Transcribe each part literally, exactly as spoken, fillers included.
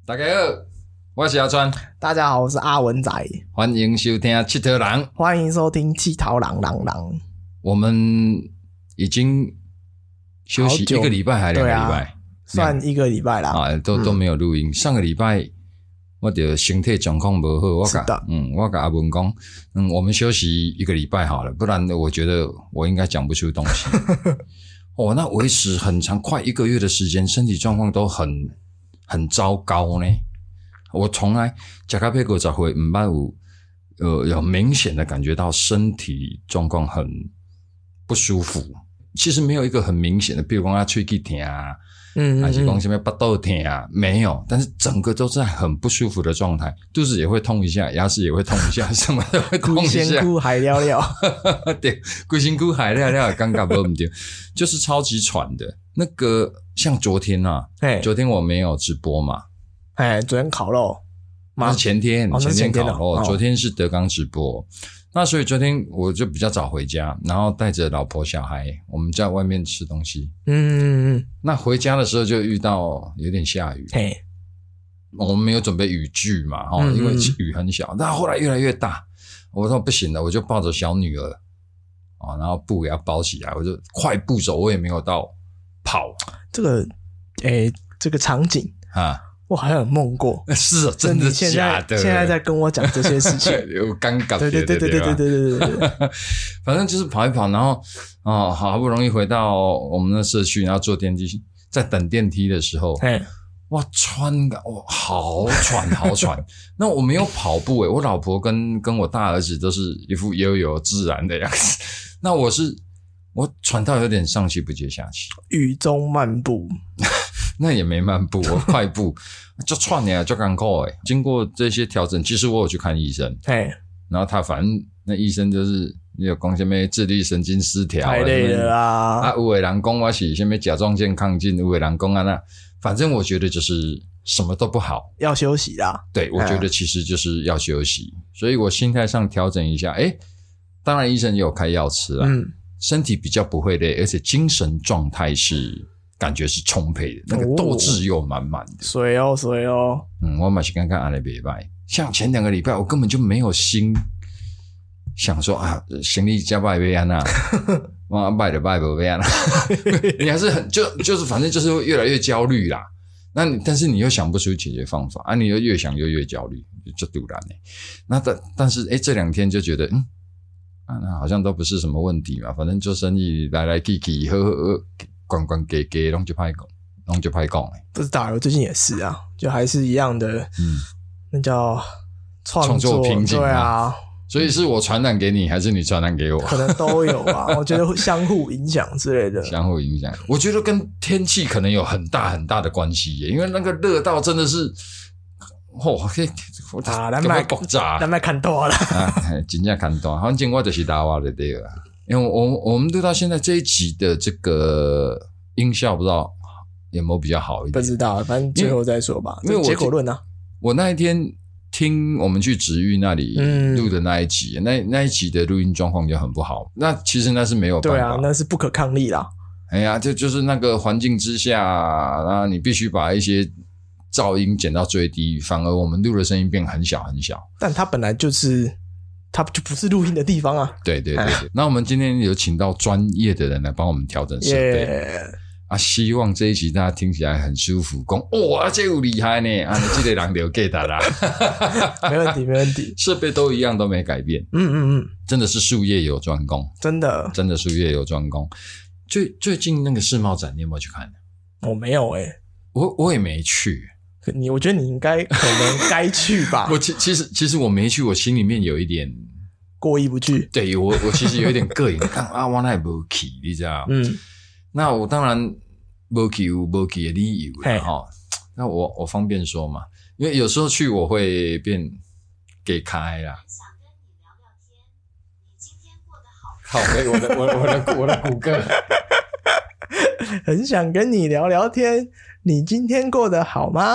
大家好，我是阿川。 大家好，我是阿文仔， 欢迎收听七头狼， 欢迎收听七头狼狼狼。 我们已经休息一个礼拜还两个礼拜、啊， 算一个礼拜啦。 啊，都、嗯、都没有录音。上个礼拜我的身体状况不好，我跟嗯，我跟阿文讲，嗯，我们休息一个礼拜好了，不然我觉得我应该讲不出东西。哦，那维持很长，快一个月的时间，身体状况都很很糟糕呢。我从来吃到屁股才会唔捌有呃有明显的感觉到身体状况很不舒服。其实没有一个很明显的，比如说他喙齿痛啊，嗯，还是讲什么巴肚痛啊，没有，但是整个都在很不舒服的状态，肚子也会痛一下，牙齿也会痛一下，什么都会痛一下。 龟身躯海了了， 对，龟身躯海了了，尴尬不唔对，就是超级喘的。那个像昨天啊，昨天我没有直播嘛， 哎，昨天烤肉， 那是前天， 哦、 前天烤肉、 哦， 昨天是德纲直播。那所以昨天我就比较早回家，然后带着老婆小孩，我们在外面吃东西。嗯嗯嗯。那回家的时候就遇到有点下雨。嘿，我们没有准备雨具嘛，哦、嗯嗯，因为雨很小，但后来越来越大。我说不行了，我就抱着小女儿，哦，然后布也要包起来，我就快步走，我也没有到跑。 这个，诶，这个场景啊。我好像有梦过， 是哦，真的假的？ 现在在跟我讲这些事情， 有尴尬。 对对对对对对对对对。 反正就是跑一跑，然后哦，好不容易回到我们的社区，然后坐电梯，在等电梯的时候，哇，喘感，哇，好喘，好喘。那我没有跑步诶，我老婆跟跟我大儿子都是一副悠悠自然的样子。那我是我喘到有点上气不接下气， 雨中漫步。 那也没漫步，我快步就喘呀，就赶快诶。经过这些调整，其实我有去看医生，嘿，然后他反正那医生就是你有讲什么自律神经失调， 太累了啊！ 啊，有的人讲我是什么甲状腺亢进，有的人讲啊那，反正我觉得就是什么都不好， 要休息啦。 对，我觉得其实就是要休息，所以我心态上调整一下，诶，当然医生也有开药吃啦，嗯，身体比较不会累，而且精神状态是。感觉是充沛的，那个斗志又满满的。 水哦，水哦。 嗯，我嘛是刚刚安尼袂歹。像前两个礼拜，我根本就没有心想说啊，行李加拜要安那，我拜的拜不要安那。你还是很就就是反正就是越来越焦虑啦。那你但是你又想不出解决方法啊，你又越想就越焦虑，就突然呢。那但但是诶这两天就觉得嗯啊，那好像都不是什么问题嘛，反正做生意来来去去，呵呵。关关给给拢就歹讲，拢就歹讲诶。 不知道，我最近也是啊，就还是一样的，嗯，那叫创作瓶颈， 对啊。 所以是我传染给你，还是你传染给我？ 可能都有啊，我觉得相互影响之类的。 相互影响，我觉得跟天气可能有很大很大的关系耶，因为那个热到真的是，哦， 啊，咱卖爆炸， 咱卖看多了， 啊，真正看多，反正我就是打我就对了。因为我我们录到现在这一集的这个音效不知道有没有比较好一点， 不知道，反正最后再说吧。因为结果论啊， 我那一天听我们去职域那里录的那一集，嗯、那那一集的录音状况就很不好。那其实那是没有办法， 对啊，那是不可抗力啦。 哎呀，这就, 就是那个环境之下，然后你必须把一些噪音减到最低，反而我们录的声音变很小很小。 但它本来就是。它就不是录音的地方啊！ 对对对对，那我们今天有请到专业的人来帮我们调整设备、yeah. 啊，希望这一集大家听起来很舒服。讲哇，这有厉害呢！啊，你这个人留给他啦， 没问题没问题， 设备都一样都没改变。嗯嗯嗯，真的是术业有专攻， 真的真的术业有专攻。最最近那个世贸展你有没有去看？ 我没有诶、欸， 我我也没去。 你我觉得你应该可能该去吧。 我其其实其实我没去，我心里面有一点过意不去。 对我我其实有一点膈应，看啊，我那也没去，你知道？嗯，那我当然没去有没去的理由啦哈。那我我方便说嘛，因为有时候去我会变给开啦。想跟你聊聊天，你今天过得好？好，可以，我的我我的我的骨骼。 很想跟你聊聊天，你今天过得好吗？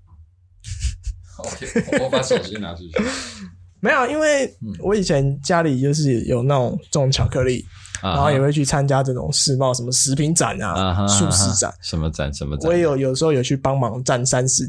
OK， 我把手机拿出去。 没有，因为我以前家里就是有那种这种巧克力，嗯、然后也会去参加这种世贸什么食品展啊、素食展， 什么展什么展。 我也有有时候有去帮忙站三四天。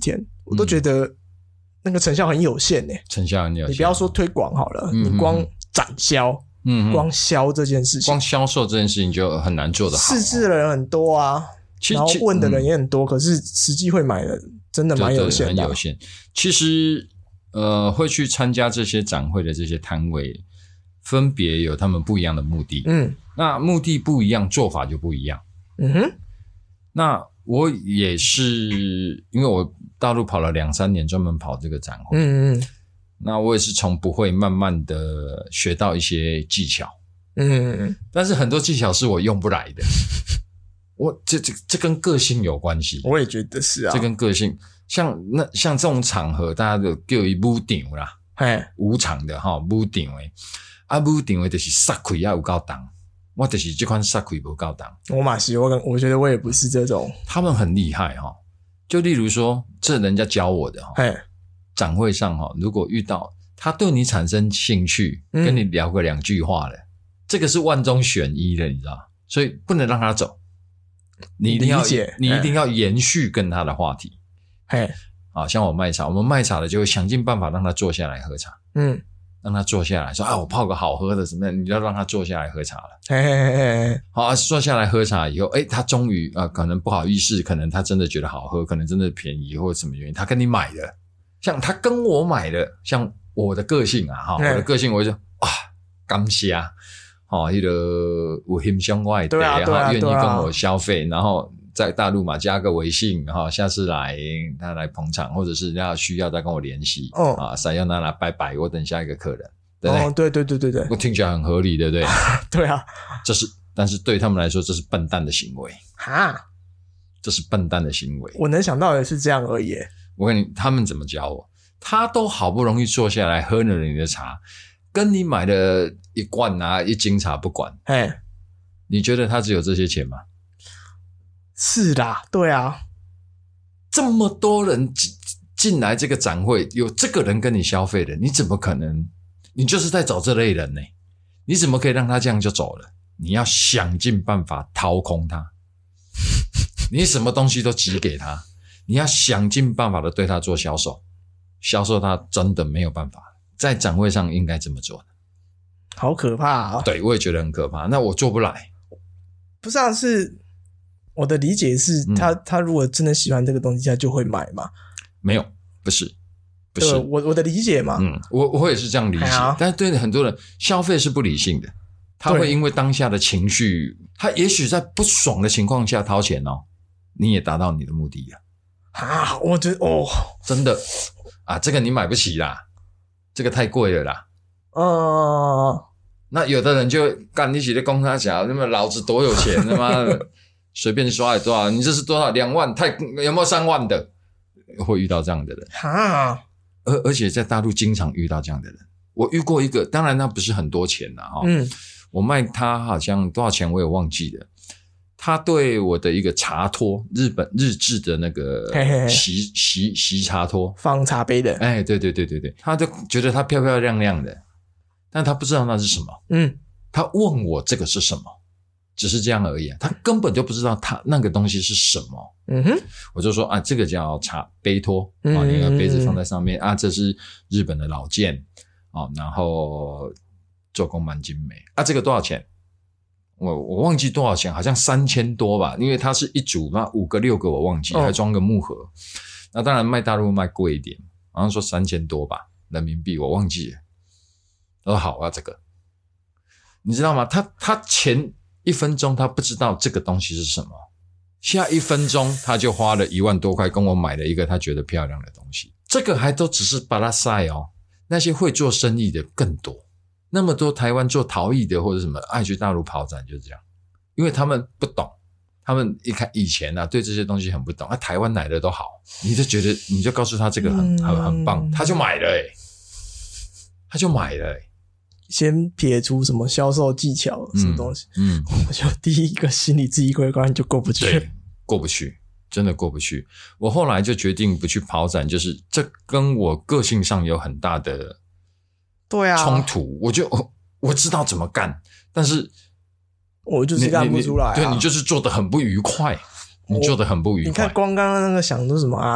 我都觉得那个成效很有限诶， 成效很有限。 你不要说推广好了，嗯、你光展销，嗯，光销这件事情， 光销售这件事情就很难做得好。 试制的人很多啊，然后问的人也很多，嗯、可是实际会买的真的蛮有限的、啊， 对对，很有限。其实，呃，会去参加这些展会的这些摊位，分别有他们不一样的目的。嗯，那目的不一样，做法就不一样。嗯哼，那我也是，因为我大陆跑了两三年，专门跑这个展会。嗯嗯，那我也是从不会慢慢的学到一些技巧。嗯嗯，但是很多技巧是我用不来的。我这这这跟个性有关系。 我也觉得是啊， 这跟个性，像那像这种场合，大家都叫伊舞场啦，嘿，舞场的哈，舞场诶，啊舞场诶就是撒开要有够重，我就是这款撒开不够重。 我嘛是，我我觉得我也不是这种。 他们很厉害哈，就例如说，这人家教我的哈，嘿，展会上哈，如果遇到他对你产生兴趣，嗯、跟你聊个两句话了，这个是万中选一的，你知道，所以不能让他走。你一定要，你一定要延续跟他的话题。嘿，啊，像我卖茶，我们卖茶的就会想尽办法让他坐下来喝茶。嗯，让他坐下来说啊，我泡个好喝的什么样，你要让他坐下来喝茶了。嘿嘿嘿嘿，好啊，坐下来喝茶以后，诶，他终于啊，可能不好意思，可能他真的觉得好喝，可能真的便宜或者什么原因，他跟你买的，像他跟我买的，像我的个性啊，哈，我的个性我就啊，感谢啊。哦，那个有欣赏我的茶，然后愿意跟我消费，然后在大陆嘛加个微信，然后下次来他来捧场，或者是要需要再跟我联系，哦啊，闪耀娜娜拜拜，我等下一个客人，对不对？ 哦，对对对对对， 我听起来很合理，对不对？ 对啊， 这是，但是对他们来说，这是笨蛋的行为哈，这是笨蛋的行为。 我能想到的是这样而已。 我跟你，他们怎么教我？他都好不容易坐下来喝了你的茶。跟你买的一罐啊一斤茶不管，嘿，你觉得他只有这些钱吗？ 是啦，对啊， 这么多人进来这个展会，有这个人跟你消费的，你怎么可能？你就是在找这类人呢？你怎么可以让他这样就走了？你要想尽办法掏空他，你什么东西都挤给他，你要想尽办法的对他做销售，销售他真的没有办法。在展会上应该这么做的， 好可怕啊！ 对，我也觉得很可怕。那我做不来， 不是啊？是我的理解是他、嗯、他如果真的喜欢这个东西，他就会买嘛？ 没有，不是，不是我我的理解嘛？ 嗯，我我也是这样理解。啊、但是对很多人，消费是不理性的，他会因为当下的情绪，他也许在不爽的情况下掏钱哦，你也达到你的目的了啊！我觉得哦， 真的啊，这个你买不起啦。这个太贵了啦，哦，那有的人就干一起的供他讲，那么老子多有钱，他妈随便刷也多少，你这是多少两万，太有没有三万的？会遇到这样的人哈，而而且在大陆经常遇到这样的人。我遇过一个，当然那不是很多钱啦哈，嗯，我卖他好像多少钱我也忘记了。他对我的一个茶托，日本日制的那个习习习茶托， 放茶杯的， 哎，对对对对对，他就觉得它漂漂亮亮的，但他不知道那是什么，嗯，他问我这个是什么，只是这样而已，他根本就不知道他那个东西是什么，嗯哼，我就说啊，这个叫茶杯托，啊，那个杯子放在上面啊，这是日本的老件，啊，然后做工蛮精美啊，这个多少钱？我我忘记多少钱，好像三千多吧，因为它是一组，那五个六个我忘记，还装个木盒。哦、那当然卖大陆卖贵一点，好像说三千多吧，人民币我忘记了。他说好啊，这个你知道吗？他他前一分钟他不知道这个东西是什么，下一分钟他就花了一万多块跟我买了一个他觉得漂亮的东西。这个还都只是巴拉塞哦，那些会做生意的更多。那么多台湾做陶艺的或者什么爱去大陆跑展就是这样，因为他们不懂，他们一看以前啊对这些东西很不懂，啊台湾来的都好，你就觉得你就告诉他这个很很很棒，他就买了诶、欸、他就买了诶、欸、 先撇除什么销售技巧什么东西，嗯，嗯我就第一个心理自己过关就过不去， 对，过不去，真的过不去。我后来就决定不去跑展，就是这跟我个性上有很大的。 对啊， 冲突，我就我知道怎么干，但是我就是干不出来、啊。 你你对你就是做得很不愉快，你做得很不愉快。 你看光刚刚那个想说什么啊，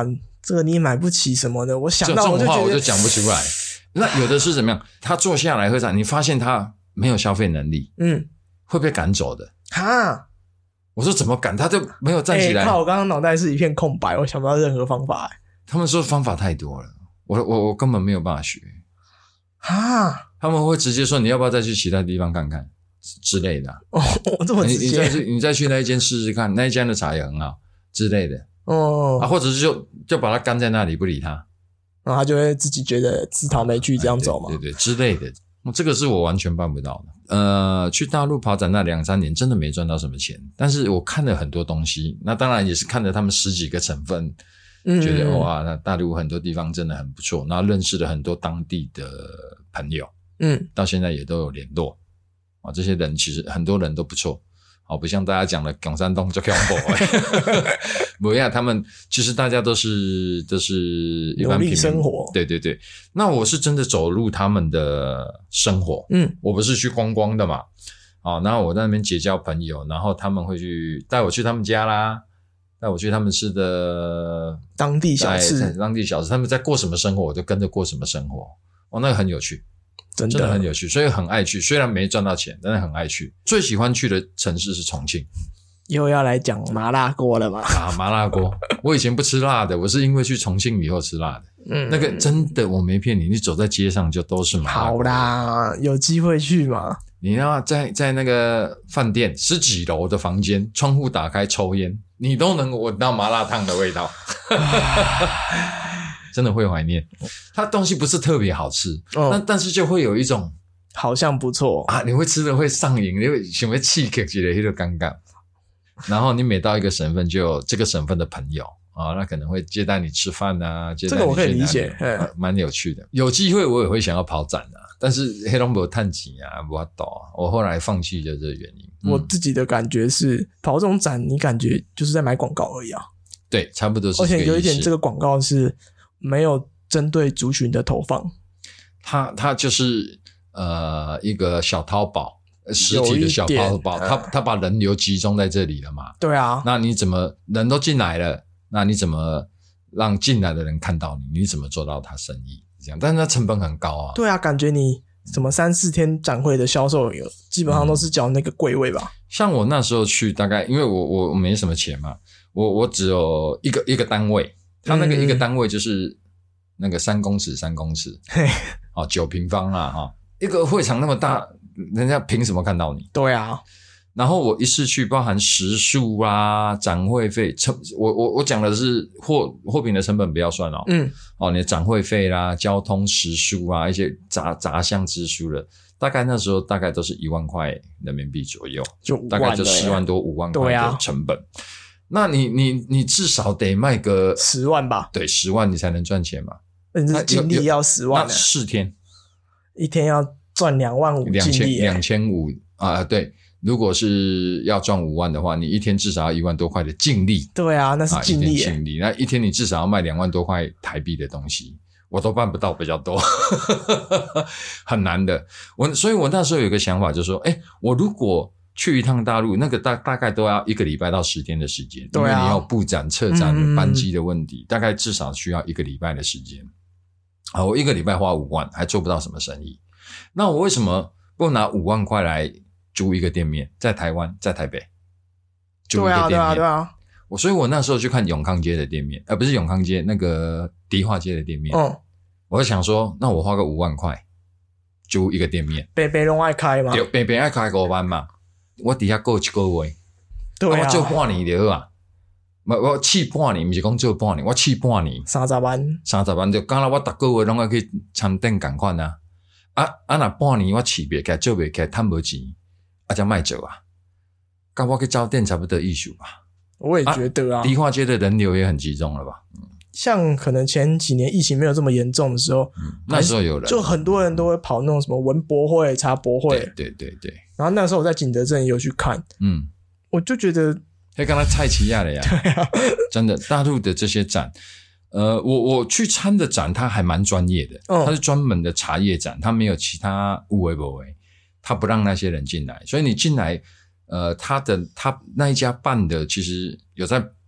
这个你买不起什么的，我想到我就觉得这种话我就讲不出来。那有的是怎么样？他坐下来喝茶，你发现他没有消费能力，嗯，会被赶走的。哈，我说怎么赶？他就没有站起来。 欸、靠！我刚刚脑袋是一片空白，我想不到任何方法、欸。 他们说方法太多了，我我我根本没有办法学。哈，他们会直接说你要不要再去其他地方看看之类的。哦，这么直接。你你再去你再去那一间试试看，那一间的茶也很好之类的。哦，啊，或者是就就把他干在那里不理他， 然后他就会自己觉得自讨没趣这样走嘛。 对对对，之类的。这个是我完全办不到的。呃，去大陆跑展那两三年，真的没赚到什么钱，但是我看了很多东西，那当然也是看了他们十几个成分，嗯、觉得哇，那大陆很多地方真的很不错，然后认识了很多当地的朋友，嗯，到现在也都有联络啊，这些人其实很多人都不错。哦，不像大家讲的蔣山东就恐怖，不呀，他们其实大家都是都是一般平民生活， 对对对。那我是真的走入他们的生活，嗯，我不是去观光的嘛，哦，然后我在那边结交朋友，然后他们会去带我去他们家啦，带我去他们吃的当地小吃， 当地小吃，他们在过什么生活，我就跟着过什么生活，哦，那个很有趣。真的, 真的很有趣，所以很爱去。虽然没赚到钱，但是很爱去。最喜欢去的城市是重庆。 又要来讲麻辣锅了吗？ 啊，麻辣锅！我以前不吃辣的，我是因为去重庆以后吃辣的。嗯，那个真的我没骗你，你走在街上就都是麻辣锅。 好啦，有机会去嘛？ 你要在在那个饭店十几楼的房间，窗户打开抽烟，你都能闻到麻辣烫的味道。真的会怀念，它东西不是特别好吃，嗯、但但是就会有一种好像不错啊，你会吃的会上瘾，你会想要气克起来，那个尴尬。然后你每到一个省份，就有这个省份的朋友啊，那可能会接待你吃饭啊，接待你去哪里， 这个我可以理解， 蛮、啊、有趣的。有机会我也会想要跑展啊，但是黑龙没探钱啊，不法度啊，我后来放弃就这个原因。 嗯、我自己的感觉是，跑这种展，你感觉就是在买广告而已啊。 对，差不多是这个意思。 而且有一点，这个广告是没有针对族群的投放， 它它就是呃一个小淘宝，实体的小淘宝，它它把人流集中在这里了嘛？ 对啊， 那你怎么人都进来了？那你怎么让进来的人看到你？你怎么做到他生意？这样，但是那成本很高啊。 对啊，感觉你什么三四天展会的销售有基本上都是缴那个柜位吧？嗯、 像我那时候去，大概因为我我我没什么钱嘛，我我只有一个一个单位。他那个一个单位就是那个三公尺三公尺，哦九平方啦哈，一个会场那么大，人家凭什么看到你？ 对啊。 然后我一次去，包含食宿啊、展会费，成我我我讲的是货货品的成本不要算哦，嗯，哦你的展会费啦、交通、食宿啊一些杂杂项支出的，大概那时候大概都是一万块人民币左右， 就大概就四万多五万块的成本。那你你你至少得卖个十万吧？ 对，十万你才能赚钱嘛。 那净利要十万、欸， 那四天一天要赚两万五， 两千两千五啊？对，如果是要赚五万的话，你一天至少要一万多块的净利。 对啊，那是净利、欸， 净利。那一天你至少要卖两万多块台币的东西，我都办不到，比较多，很难的。我所以，我那时候有个想法，就是说，哎，我如果去一趟大陆，那个大大概都要一个礼拜到十天的时间， 对啊， 因为你要布展、策展、嗯、班机的问题，大概至少需要一个礼拜的时间。好，我一个礼拜花五万，还做不到什么生意。那我为什么不拿五万块来租一个店面，在台湾，在台北租一个店面？对啊， 对啊，对啊。 我所以，我那时候去看永康街的店面，呃，不是永康街，那个迪化街的店面。嗯，我就想说，那我花个五万块租一个店面， 北北拢爱开嘛， 对，北北爱开五万嘛。我底下过一个月， 对啊， 我做半年就好啊。我我试半年，不是讲做半年，我试半年， 三十万， 三十万就刚才我逐个月拢要去参店同款啊。啊啊，那半年我试不起来，做不起来，赚无钱，啊，才卖做啊。跟我去招店差不多意思吧。 我也觉得啊， 迪化街的人流也很集中了吧？ 嗯，像可能前几年疫情没有这么严重的时候， 嗯、那时候有人， 就很多人都会跑那种什么文博会、茶博会， 对对对对。 然后那时候我在景德镇也有去看，嗯，我就觉得， 他刚才蔡奇亚的呀， 对啊， 真的大陆的这些展，呃，我我去参的展，它还蛮专业的，嗯，它是专门的茶叶展，它没有其他有的没的，它不让那些人进来，所以你进来，呃，他的他那一家办的，其实有在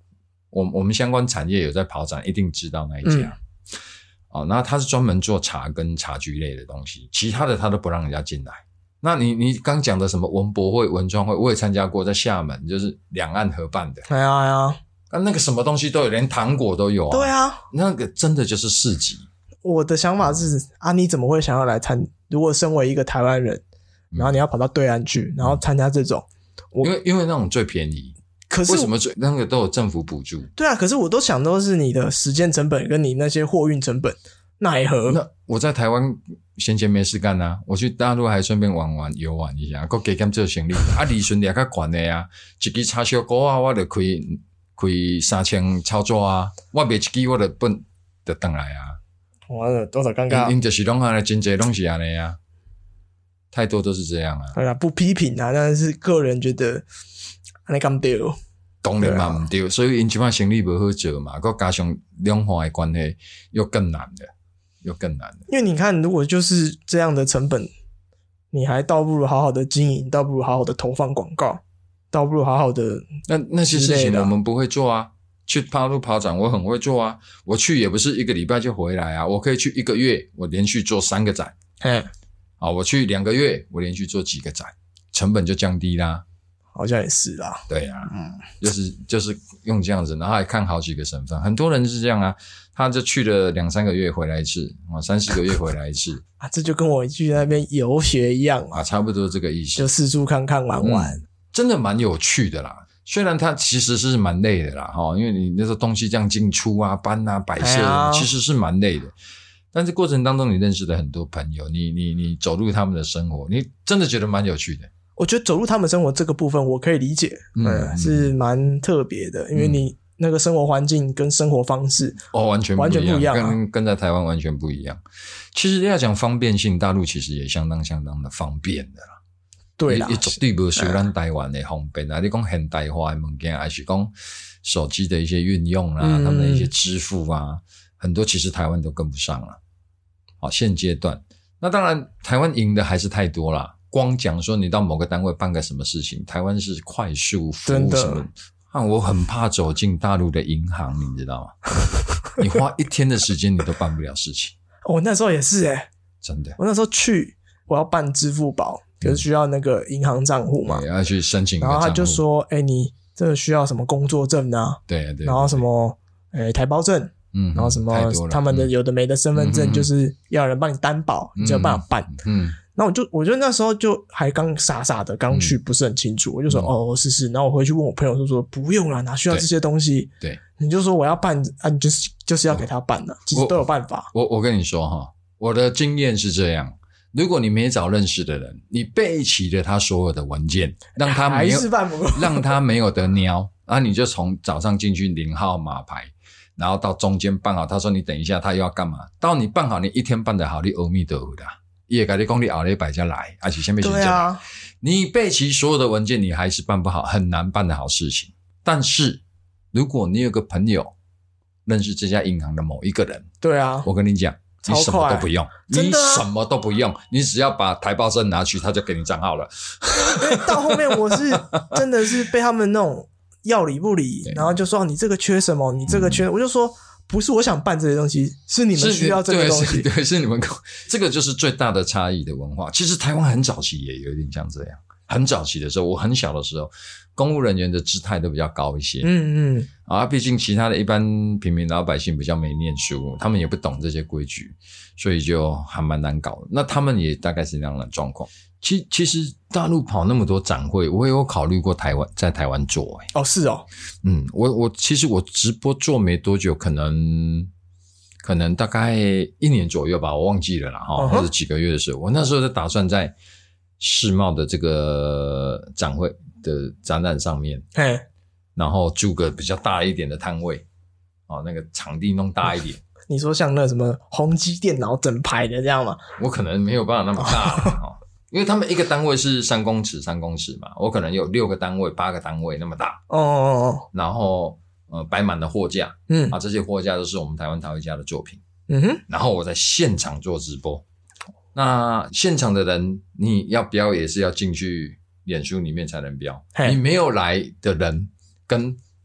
我我们相关产业有在跑展，一定知道那一家。嗯哦，那他是专门做茶跟茶具类的东西，其他的他都不让人家进来。那你你刚讲的什么文博会、文创会，我也参加过，在厦门就是两岸合办的。 哎呀哎呀， 啊，那个什么东西都有，连糖果都有啊。 对啊， 那个真的就是市集。 我的想法是啊，你怎么会想要来参？如果身为一个台湾人，然后你要跑到对岸去，然后参加这种，我因为因为那种最便宜。 可是为什么最那个都有政府补助？ 对啊，可是我都想都是你的时间成本跟你那些货运成本，奈何？ 那我在台湾闲闲没事干啊，我去大陆还顺便玩玩游玩一下，还加减做生意。啊，利润也较悬的啊，一支叉烧锅啊，我就开开三千操作啊，我卖一支我就本就回来啊。 哇，多少尴尬！ 因就是拢安尼，真济拢是安尼啊，太多都是这样啊。 对啊，不批评啊，但是个人觉得。安尼咁对， 当然嘛唔对，所以因即摆生意无好做嘛，佮加上两方的关系又更难的，又更难的。 因为你看，如果就是这样的成本，你还倒不如好好的经营，倒不如好好的投放广告，倒不如好好的那那些事情我们不会做啊。去跑路跑展我很会做啊，我去也不是一个礼拜就回来啊，我可以去一个月，我连续做三个展。 嗯， 啊，我去两个月，我连续做几个展，成本就降低啦。 好像也是啦， 对啊，嗯，就是就是用这样子，然后还看好几个省份，很多人是这样啊，他就去了两三个月回来一次，啊，三四个月回来一次啊，这就跟我去那边游学一样啊，差不多这个意思， 就四处看看玩玩， 嗯，真的蛮有趣的啦。虽然它其实是蛮累的啦，哈，因为你那时候东西这样进出啊、搬啊、摆设，哎，其实是蛮累的。但是过程当中，你认识了很多朋友，你你你走入他们的生活，你真的觉得蛮有趣的。 我觉得走入他们生活这个部分我可以理解，嗯，嗯是蛮特别的，因为你那个生活环境跟生活方式哦完全不一样，完全不一样，啊，跟跟在台湾完全不一样。其实要讲方便性，大陆其实也相当相当的方便的啦。 对啦， 也绝对不输咱台湾的方便啊！你讲现代化的物件，还是讲手机的一些运用啊，嗯，他们的一些支付啊，很多其实台湾都跟不上了。好，现阶段，那当然台湾赢的还是太多啦。光讲说你到某个单位办个什么事情，台湾是快速服务什么啊，我很怕走进大陆的银行，你知道吗？你花一天的时间你都办不了事情。 我那时候也是诶，欸， 真的。 我那时候去，我要办支付宝，可是需要那个银行账户嘛， 对，要去申请一个账户。 然后他就说，诶，欸，你这个需要什么工作证啊？ 对对，对。 然后什么诶，欸，台胞证，嗯，然后什么他们的有的没的身份证，就是要有人帮你担保，嗯，你就有办法办。嗯。嗯那我就我就那时候就还刚傻傻的刚去不是很清楚，嗯，我就说哦是是，然后我回去问我朋友就说不用啦，哪需要这些东西？对，你就说我要办啊，你就是就是要给他办的，其实都有办法。 我我跟你说哈，我的经验是这样，如果你没找认识的人，你备齐了他所有的文件，让他没有还是办不过让他没有得瞄，啊你就从早上进去领号码牌，然后到中间办好，他说你等一下他又要干嘛，到你办好你一天办得好，你阿弥陀佛的。他会跟你说你后礼拜才来，而且先别先讲，啊，你备齐所有的文件，你还是办不好，很难办得好事情。但是如果你有个朋友认识这家银行的某一个人， 对啊， 我跟你讲，你什么都不用， 你什么都不用，你只要把台胞证拿去，他就给你账号了。 到后面我是真的是被他们那种要理不理，然后就说你这个缺什么，你这个缺，嗯，我就说。不是我想办这些东西，是你们需要这个东西。 对， 对，是你们，这个就是最大的差异的文化。其实台湾很早期也有点像这样，很早期的时候，我很小的时候，公务人员的姿态都比较高一些。嗯嗯，啊，毕竟其他的一般平民老百姓比较没念书，他们也不懂这些规矩，所以就还蛮难搞的。那他们也大概是那样的状况。其其实大陆跑那么多展会，我也有考虑过台湾在台湾做诶、欸。 哦，是哦， 嗯，我我其实我直播做没多久，可能可能大概一年左右吧，我忘记了啦哈， uh-huh. 或者几个月的时候，我那时候就打算在世贸的这个展会的展览上面，嘿，然后租个比较大一点的摊位，哦，那个场地弄大一点。 你说像那什么宏基电脑整排的这样吗？ 我可能没有办法那么大哦。因为他们一个单位是三公尺三公尺嘛，我可能有六个单位八个单位那么大哦哦哦，然后呃摆满了货架，嗯啊，这些货架都是我们台湾陶艺家的作品，嗯哼，然后我在现场做直播，那现场的人你要标也是要进去脸书里面才能标，你没有来的人跟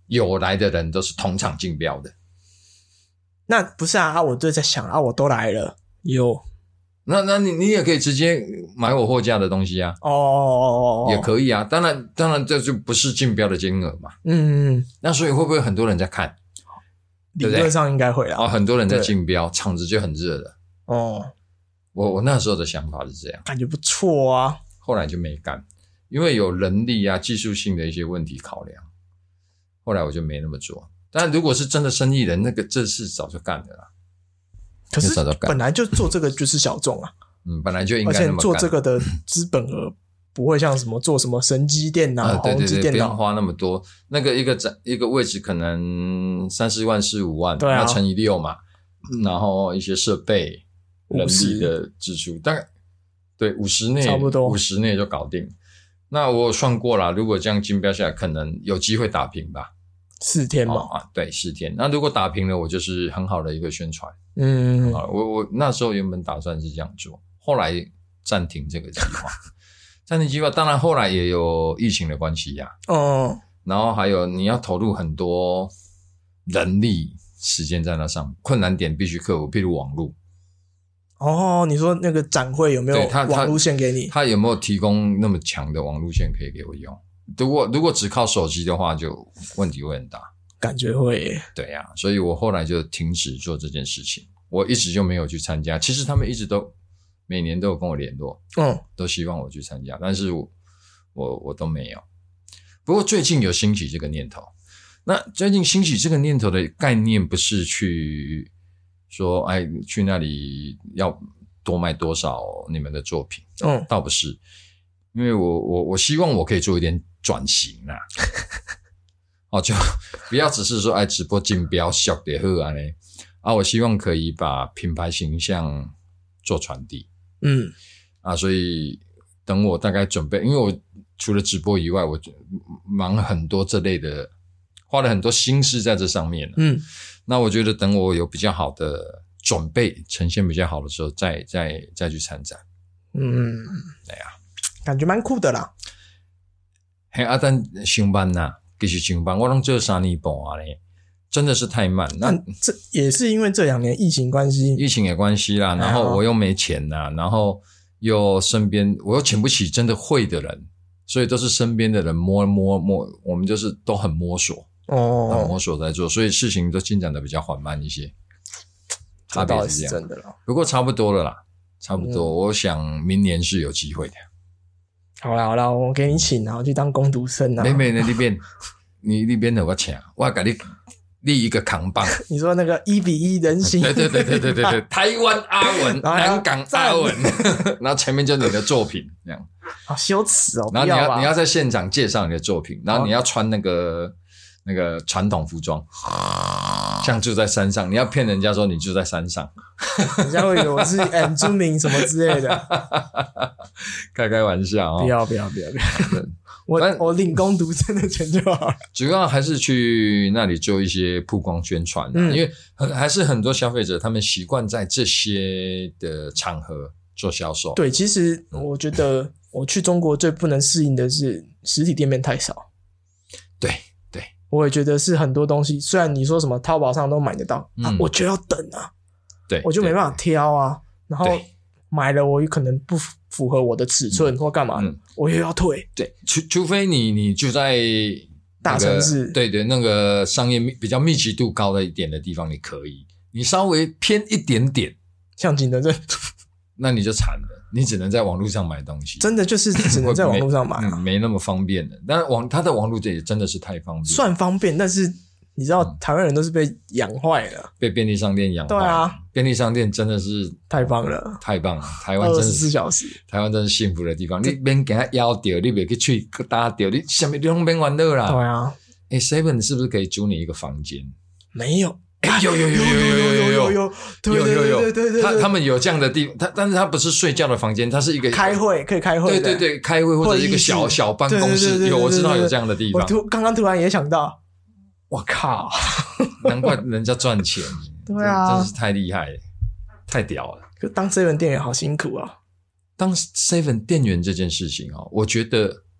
有来的人都是同场竞标的。 那不是啊，啊我就在想啊，我都来了，有， 那那你你也可以直接买我货架的东西啊， 哦， 也可以啊。当然当然这就不是竞标的金额嘛。 嗯， 那所以会不会很多人在看？ 理论上应该会啊。 哦，很多人在竞标，场子就很热了。 哦， 我我那时候的想法是这样， 感觉不错啊。 后来就没干，因为有人力啊、技术性的一些问题考量，后来我就没那么做。但如果是真的生意人，那个这事早就干了啦。 可是本来就做这个就是小众啊， 嗯，本来就应该那么干。 而且做这个的资本额不会像什么做什么神机电脑、 啊、 宏基电脑， 不用花那么多。那个一个一个位置可能三四万、四五万， 对啊， 那乘以六嘛，然后一些设备、人力的支出，大概对五十内， 差不多五十内就搞定。那我算过啦，如果这样竞标下来，可能有机会打平吧。 四天嘛、 哦、啊，对，四天。那如果打平了，我就是很好的一个宣传。 嗯， 啊，我我那时候原本打算是这样做，后来暂停这个计划。暂停计划，当然后来也有疫情的关系呀、 啊。哦。 然后还有你要投入很多人力时间在那上，困难点必须克服，譬如网络。 哦，你说那个展会有没有网路线给你？ 他有没有提供那么强的网路线可以给我用？如果如果只靠手机的话，就问题会很大。 感觉会耶。 对呀、啊，所以我后来就停止做这件事情，我一直就没有去参加。其实他们一直都每年都有跟我联络，嗯，都希望我去参加，但是我我我都没有。不过最近有兴起这个念头，那最近兴起这个念头的概念不是去说，哎，去那里要多卖多少你们的作品，嗯，倒不是，因为我我我希望我可以做一点转型啊。哦，就不要只是说哎，直播竞标小的好啊嘞啊！我希望可以把品牌形象做传递，嗯啊，所以等我大概准备，因为我除了直播以外，我忙很多这类的，花了很多心思在这上面，嗯，那我觉得等我有比较好的准备，呈现比较好的时候，再再再去参展，嗯，对呀、啊， 感觉蛮酷的啦。 嘿，啊，但上班呐、啊。继续上班，我都做三年半啊嘞，真的是太慢。那这也是因为这两年疫情关系， 疫情也关系啦。然后我又没钱呐、啊，然后又身边我又请不起真的会的人，所以都是身边的人摸摸摸，我们就是都很摸索哦，很摸索在做，所以事情都进展的比较缓慢一些。差别是这样， 真的啦。 不过差不多了啦，差不多。嗯、我想明年是有机会的。 好啦好啦，我给你请，然后去当工读生啊。 没没，那边你那边的我请，我给你立一个扛棒。 你说那个一比一人形？ 对对对对对对对，台湾阿文，南港阿文，然后前面就是你的作品，这样。 好羞耻哦！ 然后你要你要在现场介绍你的作品，然后你要穿那个那个传统服装，像住在山上，你要骗人家说你住在山上， 人家会以为我是原住民什么之类的。 开开玩笑哦！ 不要不要不要不要！我我领工读生的钱就好了。 主要还是去那里做一些曝光宣传、啊嗯、因为还是很多消费者他们习惯在这些的场合做销售。 对，其实我觉得我去中国最不能适应的是实体店面太少。 对对， 我也觉得是很多东西，虽然你说什么淘宝上都买得到、嗯、啊，我就要等啊， 对， 我就没办法挑啊，然后买了我可能不符合我的尺寸、嗯、或干嘛的、嗯、我又要退。 对，除除非你你就在、那個、 大城市， 对对，那个商业比较密集度高的一点的地方你可以，你稍微偏一点点， 像景德镇， 那你就惨了，你只能在网络上买东西， 真的就是只能在网络上买、 啊嗯，没那么方便的。但网它的网络也真的是太方便， 算方便，但是你知道、嗯、台湾人都是被养坏了， 被便利商店养坏。 对啊， 便利商店真的是太棒了， 太棒了！台湾真是二十四小时， 台湾真是幸福的地方。你免给他咬掉，你别去嘴打掉，你什么地方免玩乐啦？ 对啊， 哎 ，Seven 是不是可以租你一个房间？ 没有。 欸、有有有有有有有有有有有有有， 对对对， 他他们有这样的地方，他但是他不是睡觉的房间，他是一个开会可以开会， 对对对，开会或者一个小小办公室，有我知道有这样的地方。 我突刚刚突然也想到，我靠， 难怪人家赚钱， 对啊， 真是太厉害了，太屌了。 可当 seven 店员好辛苦啊！ 当 seven 店员这件事情啊，我觉得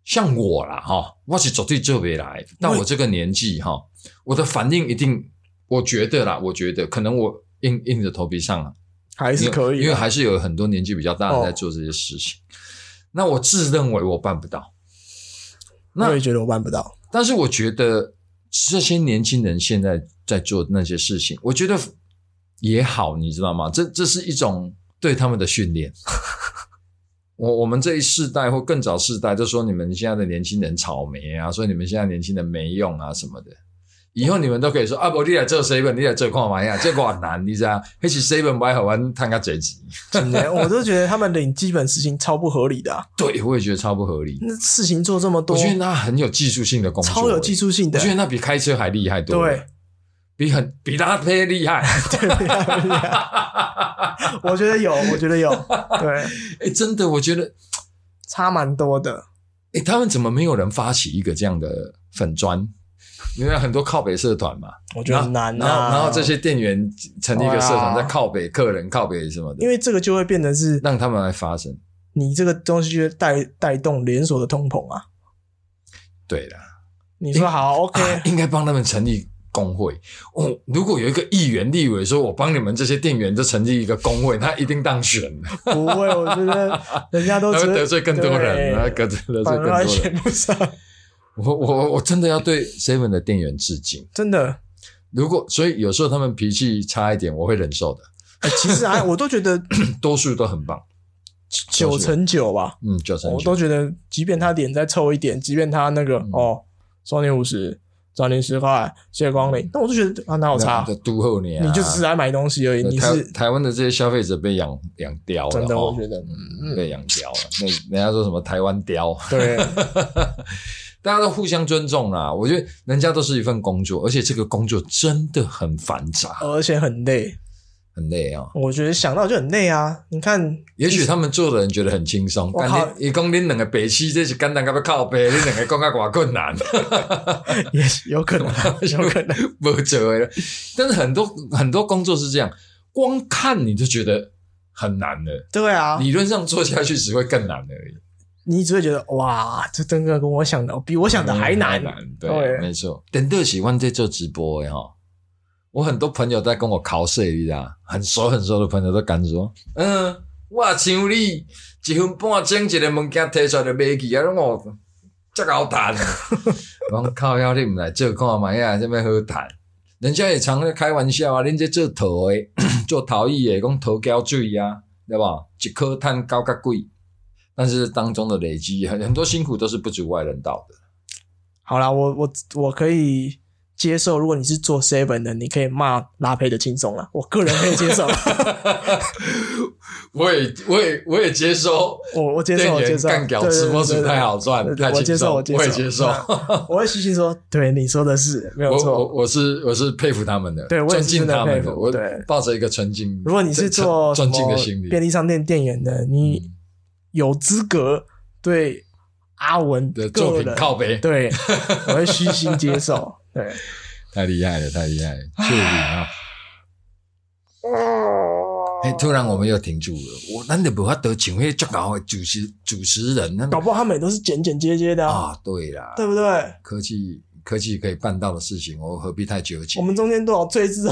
像我啦齁，我是绝对做不来，但我这个年纪齁，我的反应一定，我觉得啦，我觉得可能我硬硬着头皮上啊， 还是可以， 因为还是有很多年纪比较大的在做这些事情。哦、那我自认为我办不到， 我也觉得我办不到。 但是我觉得这些年轻人现在在做那些事情，我觉得也好，你知道吗？这这是一种对他们的训练。我我们这一世代或更早世代就说你们现在的年轻人草莓啊，说你们现在年轻人没用啊什么的。以后你们都可以说啊，不，你来做 seven， 你来做看嘛呀，这个很难，你知道？那是 seven 买好玩，赚个贼钱。 真的，我都觉得他们领基本时薪超不合理的、啊。 对，我也觉得超不合理。 那事情做这么多， 我觉得那很有技术性的工作， 超有技术性的。 我觉得那比开车还厉害多了。对，比很比拉胚厉害。 对，比拉胚厉害。我觉得有，我觉得有。对， 哎，真的，我觉得差蛮多的。 哎，他们怎么没有人发起一个这样的粉专？因为很多靠北社团嘛， 我觉得很难啊。 然后，然后这些店员成立一个社团，在靠北客人、靠北什么的。 因为这个就会变成是让他们来发声。 你这个东西就会带带动连锁的通膨啊。 对啦， 你说好 ，OK，、 啊、应该帮他们成立工会。哦，如果有一个议员、立委说，我帮你们这些店员就成立一个工会，他一定当选。 不会，我觉得人家都他会得罪更多人，他得罪更多人， 反而选不上。 我我我真的要对 seven 的店员致敬， 真的。 如果所以有时候他们脾气差一点，我会忍受的。 欸、其实啊，我都觉得多数都很棒， 九成九吧。 嗯，九成九， 我都觉得，即便他脸再臭一点，即便他那个、嗯、哦，双年五十，涨您十块，谢谢光临，那我就觉得啊，哪有差？ 都后年、啊， 你就只是来买东西而已。你是台湾的这些消费者被养养刁了， 真的， 我觉得、 嗯、被养刁了。那人家说什么台湾刁？ 对。 大家都互相尊重啦，我觉得人家都是一份工作，而且这个工作真的很繁杂， 而且很累， 很累啊！ 我觉得想到就很累啊！你看， 也许他们做的人觉得很轻松，但你你讲恁两个白痴，这是简单到要靠背，恁两个讲到偌困难， 也有可能，有可能不做的。但是很多很多工作是这样，光看你就觉得很难了。 对啊， 理论上做下去只会更难而已。 你只会觉得哇，这真的跟我想的比我想的还难。 嗯、还难对，对没错。等到喜欢在做直播的齁，我很多朋友在跟我考试，你知道，很熟很熟的朋友都敢说，嗯，我像你一分半钟一个物件摕出来就买去啊，我这好谈。我讲靠腰，你唔来做看嘛呀，这么好谈。人家也常在开玩笑啊，恁这做陶的，做陶艺的，讲陶胶水啊，对吧？一颗碳高较贵。但是当中的累积很很多辛苦都是不足外人道的。 好啦，我我我可以接受，如果你是做 seven 的，你可以骂拉胚的轻松啦，我个人可以接受。 我也我也我也接受， 我我接受，我接受。 干屌直播主太好赚，太轻松，我接受，我也接受。 我会虚心说，对你说的是没有错。 我我我是我是佩服他们的， 对，我也是尊敬他们的，我对抱着一个尊敬。 如果你是做尊敬的心理， 便利商店店员的，你。嗯有资格对阿文的作品靠北， 对，我会虚心接受。对， 太厉害了，太厉害了，确定啊！哎、欸，突然我们又停住了，我难得不法得请那足高的主持主持人， 搞不好他们也都是剪剪接接的啊。 啊对啦， 对不对？ 科技科技可以办到的事情，我何必太纠结？ 我们中间多少罪字啊？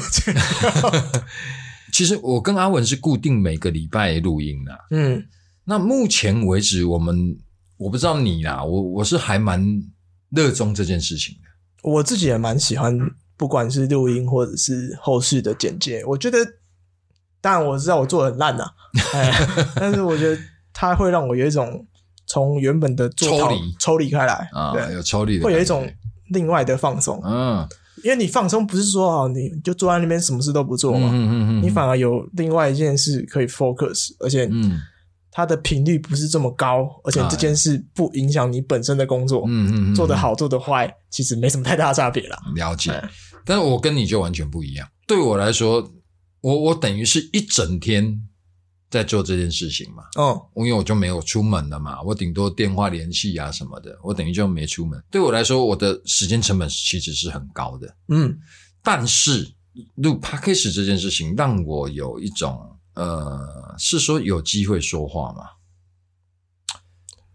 其实我跟阿文是固定每个礼拜录音啦。嗯。那目前为止，我们我不知道你啦，我我是还蛮热衷这件事情的。 我自己也蛮喜欢，不管是录音或者是后续的剪接，我觉得，当然我知道我做得很烂呐、啊哎，但是我觉得它会让我有一种从原本的做抽离抽离开来啊，有抽离的， 会有一种另外的放松。嗯，因为你放松不是说啊，你就坐在那边什么事都不做嘛，嗯嗯嗯嗯你反而有另外一件事可以 focus， 而且嗯。它的频率不是这么高，而且这件事不影响你本身的工作，嗯嗯嗯，做得好做得坏，其实没什么太大的差别啦。 了解，但是我跟你就完全不一样。对我来说，我我等于是一整天在做这件事情嘛。哦，因为我就没有出门了嘛，我顶多电话联系啊什么的，我等于就没出门。对我来说，我的时间成本其实是很高的。嗯，但是录 Podcast 这件事情让我有一种。呃，是说有机会说话吗？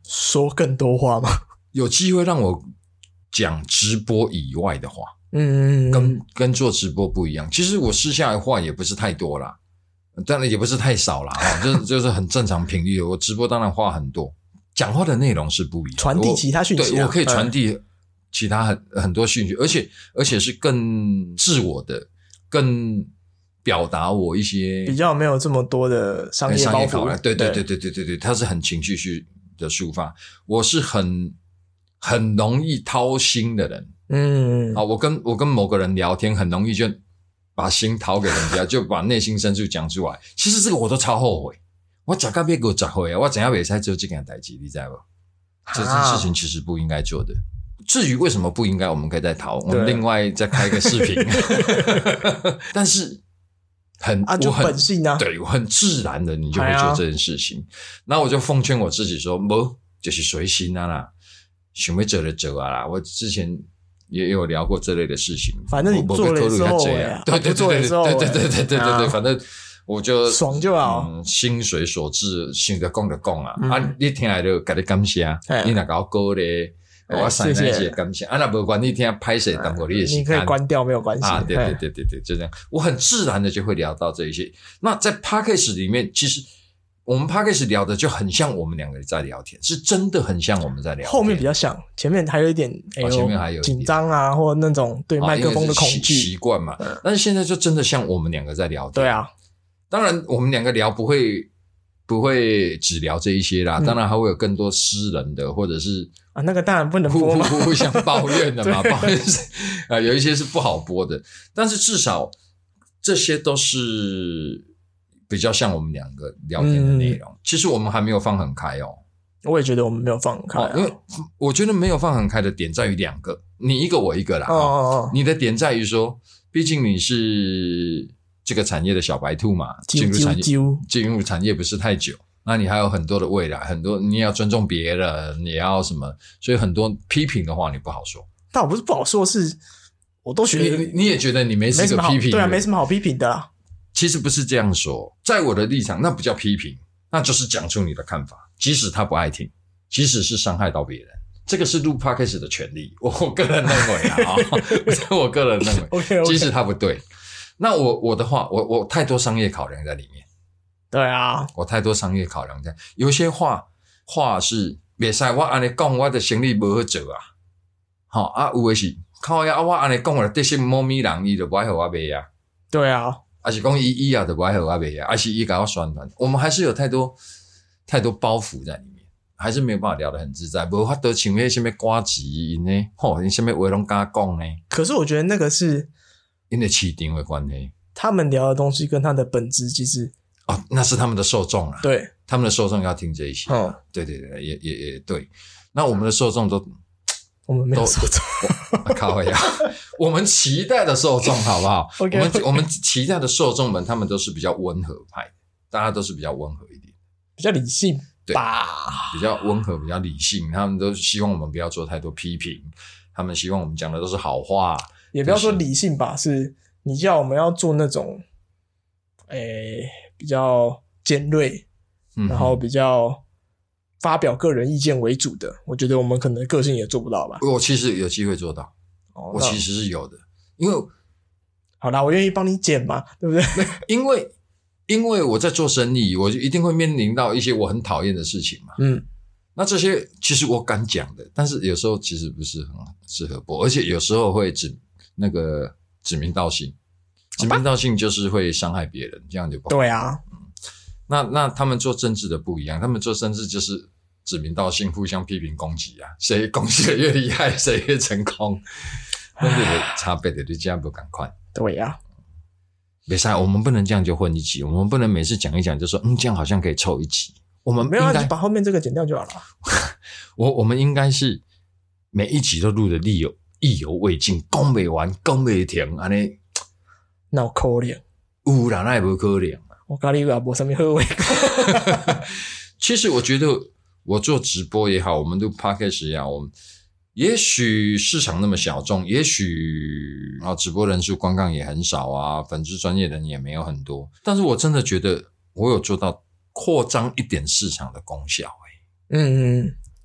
说更多话吗？ 有机会让我讲直播以外的话， 嗯， 跟跟做直播不一样。其实我私下的话也不是太多啦，当然也不是太少啦，哦、就是就是很正常频率的。我直播当然话很多，讲话的内容是不一样， 传递其他讯息、啊， 对，我可以传递其他很、嗯、很多讯息，而且而且是更自我的，更表达我一些比较没有这么多的商业包袱。 对对对对对对对，它是很情绪去的抒发。我是很很容易掏心的人， 嗯， 啊，我跟我跟某个人聊天，很容易就把心掏给人家，就把内心深处讲出来。其实这个我都超后悔，我讲到别给我十岁啊，我怎样没才做这件代志，你知道不？这件事情其实不应该做的。至于为什么不应该，我们可以再讨，我们另外再开一个视频。但是很啊，就本性啊， 对，我很自然的，你就会做这件事情。那、哎、我就奉劝我自己说，不就是随心啊啦，想要做就做啊啦。我之前也有聊过这类的事情， 反正你做了之后， 对对对对对对对对对对对，反正我就爽就好， 嗯、心随所至，想着讲就讲啊。嗯、啊，你听来就给你感谢，你若搞歌咧。我塞那些感谢，啊，那不管你听拍谁当过你也行， 你可以关掉没有关系啊。对对对对对，就这样，我很自然的就会聊到这一些。那在 Podcast 里面，其实我们 Podcast 聊的就很像我们两个人在聊天，是真的很像我们在聊天。 后面比较像，前面还有一点，哎、 哦，前面还有紧张啊，或那种对麦克风的恐惧习惯嘛。嗯、但是现在就真的像我们两个在聊天。 对啊， 当然我们两个聊不会不会只聊这一些啦，嗯、当然还会有更多私人的或者是。 啊，那个当然不能播嘛， 互互相抱怨的嘛，抱怨是啊，有一些是不好播的，但是至少这些都是比较像我们两个聊天的内容。嗯、其实我们还没有放很开哦， 我也觉得我们没有放很开、啊哦，因为我觉得没有放很开的点在于两个，你一个我一个啦。哦哦哦，你的点在于说，毕竟你是这个产业的小白兔嘛，进入产业进入产业不是太久。那你还有很多的未来，很多你也要尊重别人，也要什么，所以很多批评的话你不好说。 但我不是不好说，是我都觉得你, 你也觉得你没什么批评， 对啊，没什么好批评的啦。 其实不是这样说，在我的立场，那不叫批评，那就是讲出你的看法，即使他不爱听，即使是伤害到别人，这个是录 podcast 的权利，我个人认为啊，哦、我个人认为， okay, okay. 即使他不对，那我我的话，我我太多商业考量在里面。 对啊， 我太多商业考量在，有些话话是不可以，我这样讲我的生意不好做啊，好啊，有的是靠呀，我这样讲我的得心猫咪人，他就不爱和我卖啊， 对啊， 还是讲他以后就不爱和我卖啊，还是他给我宣传，我们还是有太多太多包袱在里面，还是没有办法聊得很自在，没法得像那什么瓜子呢，吼，你什么话拢敢讲呢？ 可是我觉得那个是因为市场的关系， 他们聊的东西跟他的本质其实。 哦，那是他们的受众啦。 对， 他们的受众要听这一些。哦，对对对，也也也对。那我们的受众都， 我们没有受众， 靠呀！我们期待的受众好不好？ okay, 我们 okay. 我们期待的受众们，他们都是比较温和派的，大家都是比较温和一点， 比较理性吧， 比较温和，比较理性。他们都希望我们不要做太多批评，他们希望我们讲的都是好话。 也不要说理性吧，是你叫我们要做那种，诶。比较尖锐，然后比较发表个人意见为主的，我觉得我们可能个性也做不到吧。 我其实有机会做到，哦、我其实是有的，因为好啦，我愿意帮你剪嘛，对不对？ 因为因为我在做生意，我就一定会面临到一些我很讨厌的事情嘛。嗯，那这些其实我敢讲的，但是有时候其实不是很适合播，而且有时候会指那个指名道姓。指名道姓就是会伤害别人，这样就不好。 对啊， 嗯、那那他们做政治的不一样，他们做政治就是指名道姓，互相批评攻击啊，谁攻击的越厉害，谁越成功。那个的差别的就这样不赶快。 对呀、啊， 别塞，我们不能这样就混一集，我们不能每次讲一讲就说，嗯，这样好像可以凑一集。我们没有，就把后面这个剪掉就好了。 我我们应该是每一集都录的意犹意犹未尽，讲不完，讲不停，安尼。 那有可能有啦，那也不可能。 我跟你也没什么好话。 其实我觉得我做直播也好，我们录 podcast 也好，我们也许市场那么小众，也许啊直播人数观看也很少啊，粉丝专业人也没有很多，但是我真的觉得我有做到扩张一点市场的功效、欸、 嗯嗯，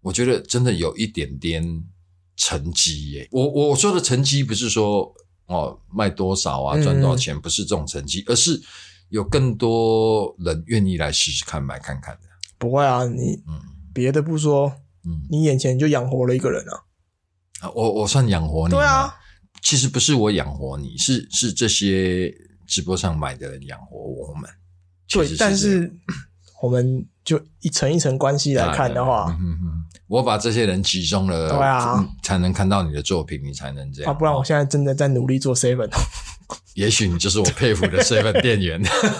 我觉得真的有一点点成绩耶。我我说的成绩不是说哦卖多少啊赚多少钱，不是这种成绩，而是有更多人愿意来试试看买看看的。 不会啊，你别的不说，嗯，你眼前就养活了一个人啊。 啊我我算养活你吗？ 对啊， 其实不是我养活你，是是这些直播上买的人养活我们。 对，是但是我们就一层一层关系来看的话， 嗯嗯，我把这些人集中了， 对啊， 才能看到你的作品，你才能这样。 啊，不然我现在真的在努力做 seven。 也许你就是我佩服的 seven 店员。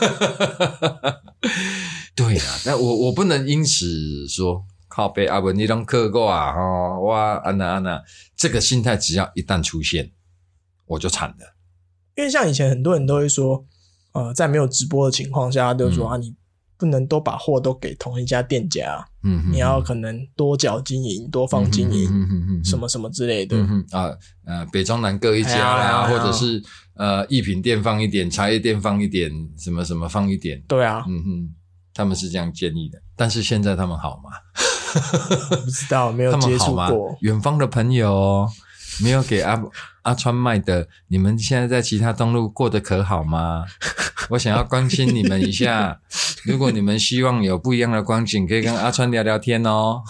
对啊，但我我不能因此说靠北阿文你都课过啊，哦，哇安娜安娜，这个心态只要一旦出现，我就惨了。 因为像以前很多人都会说，呃，在没有直播的情况下，都说、嗯、啊，你不能都把货都给同一家店家，嗯，你要可能多角经营，多方经营，嗯嗯嗯，什么什么之类的， 嗯啊，呃，北中南各一家啦，哎呀哎呀或者是呃，艺品店放一点，茶叶店放一点，什么什么放一点， 对啊， 嗯哼，他们是这样建议的，但是现在他们好吗？ 不知道，没有接触过。 远方的朋友没有给阿阿川卖的，你们现在在其他东路过得可好吗？我想要关心你们一下，如果你们希望有不一样的光景，可以跟阿川聊聊天哦。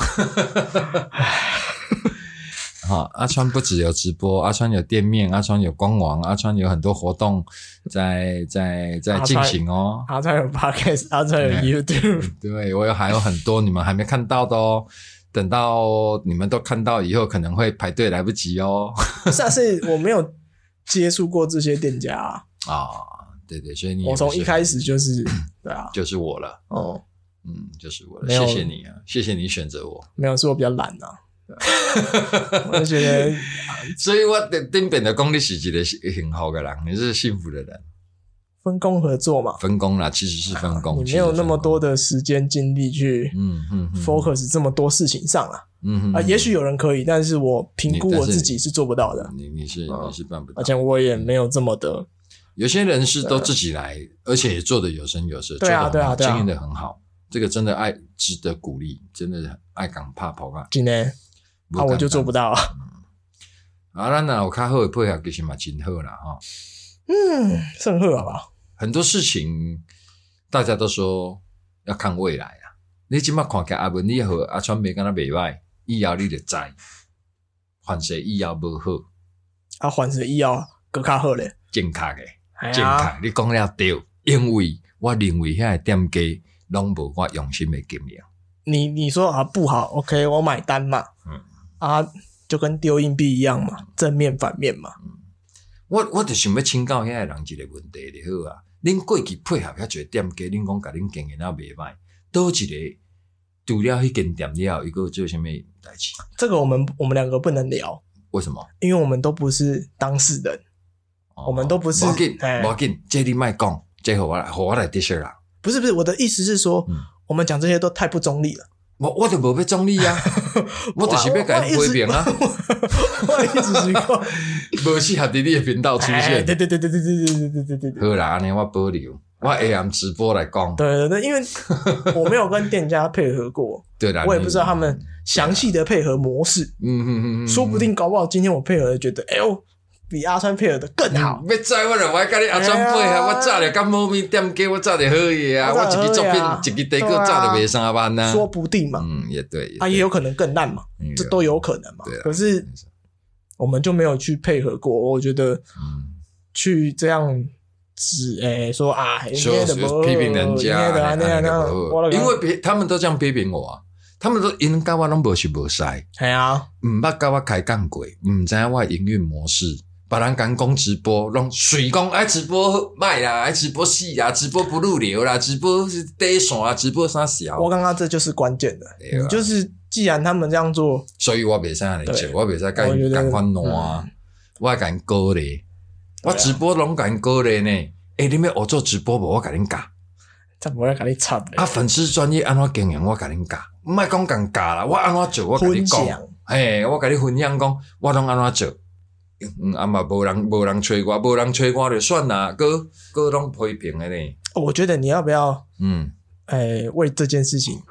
好，阿川不只有直播，阿川有店面，阿川有官网，阿川有很多活动在在在进行哦。 阿川有 podcast， 阿川有 YouTube， 对，我有还有很多你们还没看到的哦。等到你们都看到以后，可能会排队来不及哦。 是啊，是我没有接触过这些店家啊。 啊，对对，所以你我从一开始就是对啊， 就是我了。哦，嗯，就是我了。谢谢你啊，谢谢你选择我。 没有，是我比较懒啊。我就觉得， 所以我顶边的讲你是一个很好的人，你是幸福的人。 分工合作嘛， 分工啦，其实是分工。 你没有那么多的时间精力去，嗯嗯 ，focus 这么多事情上啦。嗯啊，也许有人可以，但是我评估我自己是做不到的。 你你是、嗯、你是办不到， 而且我也没有这么的。 有些人是都自己来，而且也做得有声有色， 对啊对啊对啊， 经营得很好，这个真的爱值得鼓励，真的爱港怕跑啊。 真的，啊我就做不到啊。 啊，咱若有较好的配合，其实嘛真好啦哈。 嗯，甚好好不好？ 很多事情大家都说要看未来啊。你现在看起来阿文你和阿川没跟他袂歹，以后你就知，还是以后不好。 啊，还是以后更较好咧。 正确的，正确，你讲了对，因为我认为遐个店家拢无我用心的经营。你你说啊不好 ，OK， 我买单嘛。嗯。啊，就跟丢硬币一样嘛，正面反面嘛。嗯。 我我就想要请教遐个人一个问题就好啊。恁过去配合遐侪店家，恁讲甲恁经营了袂歹，倒一个除了迄间店了，伊个做啥物代志？ 这个我们我们两个不能聊。 为什么？ 因为我们都不是当事人，哦、我们都不是。 无要紧，无要紧，这你莫讲，这互我来，互我来 dish 啦。 不是不是，我的意思是说，嗯、我们讲这些都太不中立了。 我我就无要中立啊，我就是要甲伊批评啊。 我一直是讲， 无适合伫你的频道出现。 对对对对对对对对对对对对。 好啦，安尼我保留，我 A M 直播来讲。 对对对，因为我没有跟店家配合过， 对啦， 我也不知道他们详细的配合模式。嗯嗯嗯，说不定搞不好今天我配合的觉得，哎呦。比阿川配合的更好。 要知我就我跟你阿川配合，我早就甲猫咪店家，我早就好嘢啊！我一支作品，一支地歌早就卖三万啊！ 說不定嘛， 嗯，也對， 啊，也有可能更爛嘛，這都有可能嘛。可是我們就沒有去配合過，我覺得去這樣只誒說啊， 說批評人家，因為別他們都這樣批評我啊。他們都因甲我攏無熟無識， 係啊， 毋捌甲我開講過，毋知影我營運模式。別人講講直播，攏隨講愛直播賣啦，愛直播死啦，直播不入流啦，直播是短線啊，直播啥小。 我剛剛這就是關鍵的，你就是既然他們這樣做， 所以我袂使安尼做，我袂使甲因講款爛，我甲因鼓勵，我直播攏甲因鼓勵呢。誒，你要學做直播無？我甲恁教。 這無要甲你插的。 啊，粉絲專業安怎經營，我甲恁教。唔係講共教啦，我安怎做，我甲你講，嘿，我甲你分享講，我攏安怎做。嗯，啊嘛，無人無人催我，無人催我就算啦，哥哥攏批評的呢。 我覺得你要不要，嗯，誒、欸，為這件事情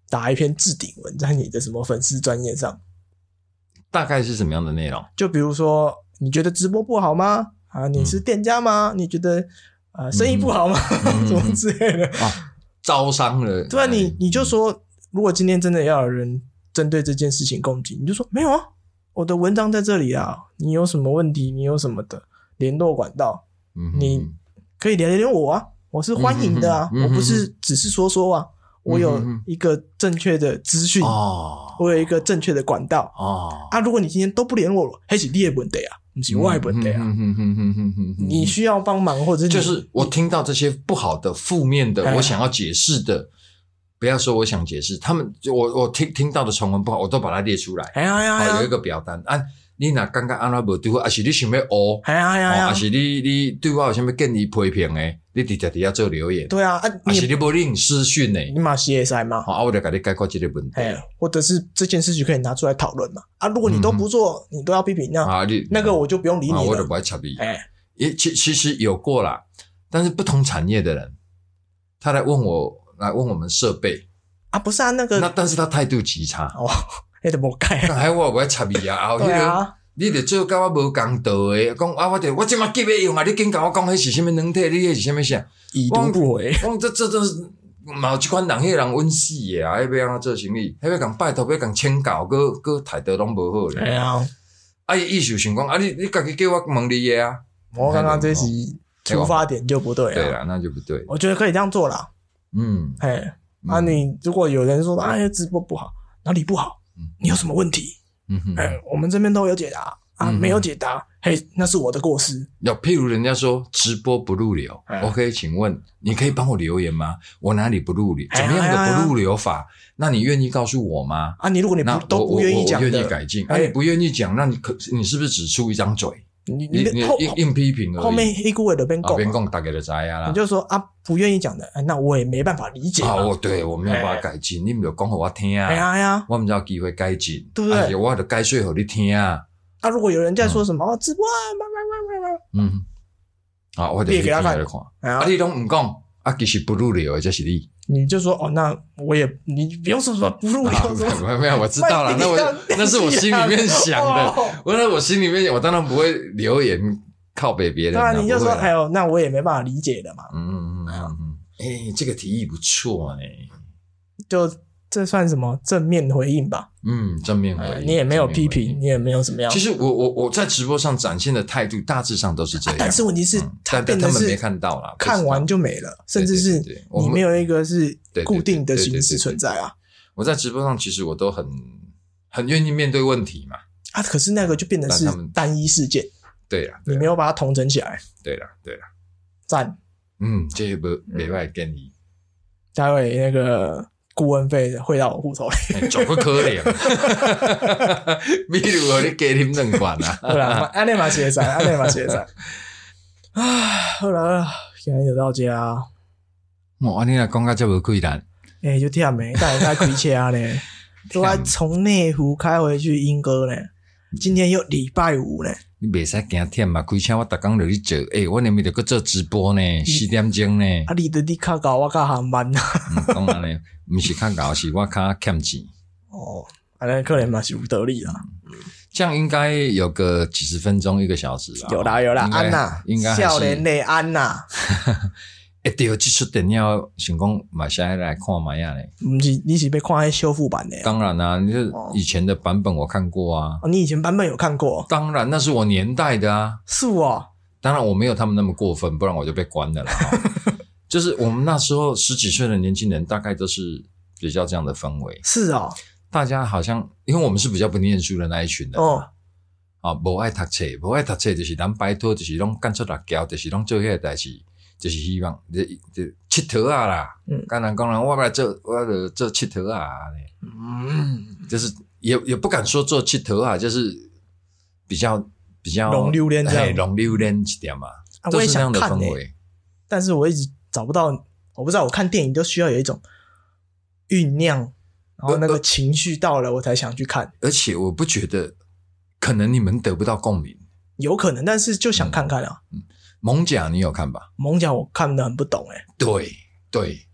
打一篇置顶文在你的什么粉丝专页上， 大概是什么样的内容？ 就比如说你觉得直播不好吗？啊，你是店家吗？嗯、你觉得呃生意不好吗？嗯、什么之类的啊，招商了。 对啊，你你就说，如果今天真的要有人针对这件事情攻击，你就说没有啊，我的文章在这里啊，你有什么问题，你有什么的联络管道，嗯、你可以联联我啊，我是欢迎的啊，嗯、我不是只是说说啊。我有一个正确的资讯、哦、我有一个正确的管道、哦、啊！如果你今天都不联络我，那是你的问题啊，不是我的问题啊！你需要帮忙或者是就是我听到这些不好的、负面的，我想要解释的，不要说我想解释，他们我我听听到的传闻不好，我都把它列出来。哎呀呀呀！有一个表单啊。你若感觉安怎无对我，还是你想要学， 系啊系啊， 还是你你对我有啥物建议批评诶？你直接底下做留言。 对啊，啊， 还是你无领私讯诶？ 你嘛是会使嘛？ 啊，我就甲你解决这个问题。 或者是这件事情可以拿出来讨论嘛？啊，如果你都不做，嗯、你都要批评那啊，你那个我就不用理你了，啊、 我就不会插你。哎，也其其实有过啦，但是不同产业的人，他来问我，来问我们设备啊，不是啊，那个那但是他态度极差哦，那就无改啊， 还我不会插你啊，对啊。你得做甲我无公道诶，讲啊，我得我即马急要用啊，你紧甲我讲迄是啥物软体，你迄是啥物啥？ 已读不回。 讲这这这是嘛有即款人，迄个人稳死诶啊！迄要安怎做生意？迄要共拜托，要共请教，搁搁态度拢无好咧。 哎呀， 啊伊意思想讲啊，你你家己叫我问你诶啊。 我刚刚这是出发点就不对啊。 对啦，那就不对。 我觉得可以这样做啦。嗯，嘿，啊你如果有人说哎直播不好，哪里不好？你有什么问题？嗯哼，哎，我们这边都有解答啊，嗯、没有解答，嘿，那是我的过失。 要譬如人家说直播不入流、嗯、，OK， 请问你可以帮我留言吗？我哪里不入流？怎么样的不入流法？那你愿意告诉我吗？ 啊，你如果你不都不愿意讲的， 我愿意改进。啊，你不愿意讲，那你可你是不是只出一张嘴？你你你硬硬批评而已。 后面一股尾的边讲， 边讲大家就知啊啦。 你就说啊，不愿意讲的，那我也没办法理解啊。 我对我没有办法改进，你们就讲给我听啊。 哎呀呀， 我们才有机会改进， 对不对？ 而且我就解说给你听啊。 啊，如果有人在说什么、嗯、哦，直播啊， 嗯，啊，我就列给他看， 啊，你都唔讲，啊，其实不入流的就是你。 你就说哦，那我也你不用说什么不入流， 没有没有，我知道了，那我那是我心里面想的，哦、我那我心里面我当然不会留言靠北别人。 当然你就说哎呦，那我也没办法理解的嘛。 嗯嗯嗯嗯，哎、欸，这个提议不错哎、欸， 就这算什么正面回应吧？ 嗯，正面回应，呃、 你也没有批评，你也没有怎么样。 其实我我我在直播上展现的态度大致上都是这样， 啊、但是问题是， 嗯、但但他们没看到啦， 看完就没了，甚至是你没有一个是固定的形式存在啊。 我在直播上其实我都很很愿意面对问题嘛。 啊，可是那个就变成是单一事件。 对啦， 你没有把它统整起来。 对啦，对啦， 赞。 嗯，这不没办法建议。 待会那个。顾问费汇到我户头里， 怎么可怜？比如说你给你们两罐啊？ 对啦，安尼嘛是会使，安尼嘛是会使。唉，好啦好啦，现在就到家。 哇，你若讲到这么困难， 诶、欸，就忝诶，但才开车呢，都要从内湖开回去莺歌呢。今天又礼拜五呢。 你袂使惊忝嘛，开车我逐工就去做，诶、欸，我那边就去做直播呢，四点钟呢。 啊，你得你较高，我较航班啊。 嗯，当然咧，不是较高，是我较欠钱。 哦，安尼可能嘛是有道理啦。 嗯，这样应该有个几十分钟，一个小时啦。 有啦有啦，安娜， 应该少年的安娜。 会到这出电影，想讲买下来看买下咧。 不是，你是要看那修复版的、啊？ 当然啦、啊，你是以前的版本我看过啊。 哦，你以前版本有看过？ 当然，那是我年代的啊。 是哦。 当然我没有他们那么过分，不然我就被关了啦。就是我们那时候十几岁的年轻人，大概都是比较这样的氛围。 是哦。大家好像，因为我们是比较不念书的那一群人哦。啊，不爱读册，不爱读册就是咱拜托，就是拢干出辣椒，就是拢做迄个代志。就是希望这这佚佗啊啦，嗯，刚才讲人我来做，我来做佚佗啊，嗯，就是也也不敢说做佚佗啊，就是比较比较龙溜连这样， 龙溜连一点嘛，啊、都是那样的氛围、欸。 但是我一直找不到，我不知道，我看电影都需要有一种酝酿，然后那个情绪到了，我才想去看。 而且我不觉得，可能你们得不到共鸣， 有可能，但是就想看看啊。 嗯嗯艋舺你有看吧？ 艋舺我看得很不懂诶、欸。 对对，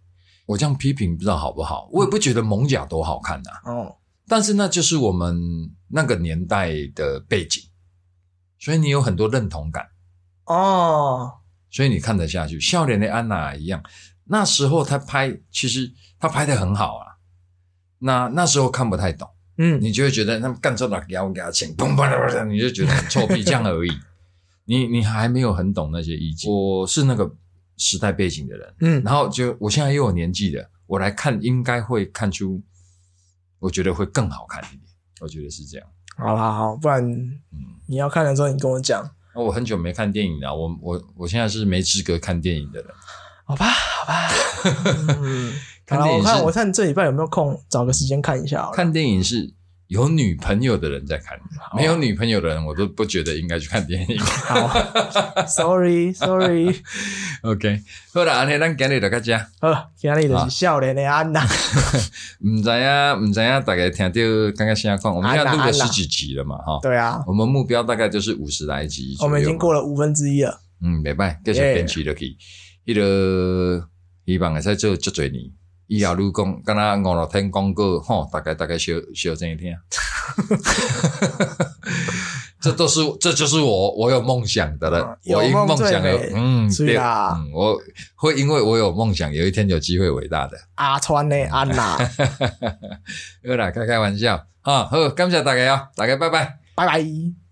我这样批评不知道好不好，我也不觉得艋舺多好看啊。哦，但是那就是我们那个年代的背景，所以你有很多认同感。哦，所以你看得下去。少年的安娜一样，那时候他拍，其实他拍得很好啊。那那时候看不太懂。嗯，你就会觉得他们干这哪给我给他请，砰砰砰，你就觉得很臭屁，这样而已。你你还没有很懂那些意境。我是那个时代背景的人，嗯，然后就我现在又有年纪了，我来看应该会看出，我觉得会更好看一点。我觉得是这样。 好啦，好，不然嗯，你要看的时候你跟我讲。 我很久没看电影了，我我我现在是没资格看电影的人。 好吧，好吧。嗯看电影我看我看这礼拜有没有空找个时间看一下好了。 看电影是有女朋友的人在看，没有女朋友的人我都不觉得应该去看电影。 好，sorry sorry。 OK， 好啦，安尼咱今日就到这。 好，今日就是少年的安娜。 唔知啊，唔知啊，大概听到刚刚现在看，我们现在录了十几集了嘛，哈。 对啊， 我们目标大概就是五十来集。 我们已经过了五分之一了。 嗯，没办法，继续坚持落去。迄个希望会使做足侪年。以后如讲，敢若五六天广告，吼，大概大概小小这一天。这都是，这就是我，我有梦想的人。 有我因梦想有， 嗯， 对啊， 嗯，我会因为我有梦想，有一天有机会伟大的。 阿川的安娜， 好啦，开开玩笑啊，好，感谢大家哦，大家拜拜， 拜拜。